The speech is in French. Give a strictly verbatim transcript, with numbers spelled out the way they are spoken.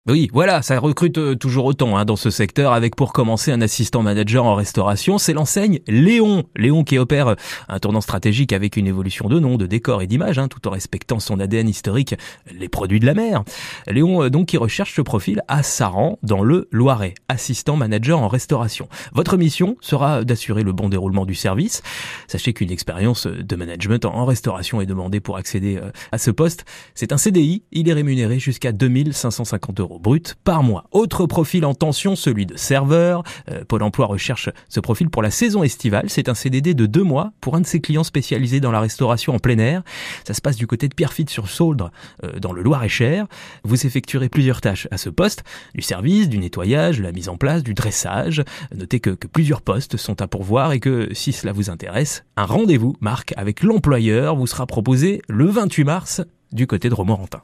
Oui, voilà, ça recrute euh, toujours autant hein, dans ce secteur avec pour commencer un assistant manager en restauration, c'est l'enseigne Léon. Léon qui opère euh, un tournant stratégique avec une évolution de nom, de décor et d'image, hein, tout en respectant son A D N historique, les produits de la mer. Léon euh, donc qui recherche ce profil à Saran dans le Loiret, assistant manager en restauration. Votre mission sera d'assurer le bon déroulement du service. Sachez qu'une expérience de management en restauration est demandée pour accéder euh, à ce poste. C'est un C D I, il est rémunéré jusqu'à deux mille cinq cent cinquante euros brut par mois. Autre profil en tension, celui de serveur. Euh, Pôle emploi recherche ce profil pour la saison estivale. C'est un C D D de deux mois pour un de ses clients spécialisés dans la restauration en plein air. Ça se passe du côté de Pierrefitte-sur-Sauldre, euh, dans le Loir-et-Cher. Vous effectuerez plusieurs tâches à ce poste, du service, du nettoyage, de la mise en place, du dressage. Notez que, que plusieurs postes sont à pourvoir et que si cela vous intéresse, un rendez-vous, Marc, avec l'employeur vous sera proposé le vingt-huit mars du côté de Romorantin.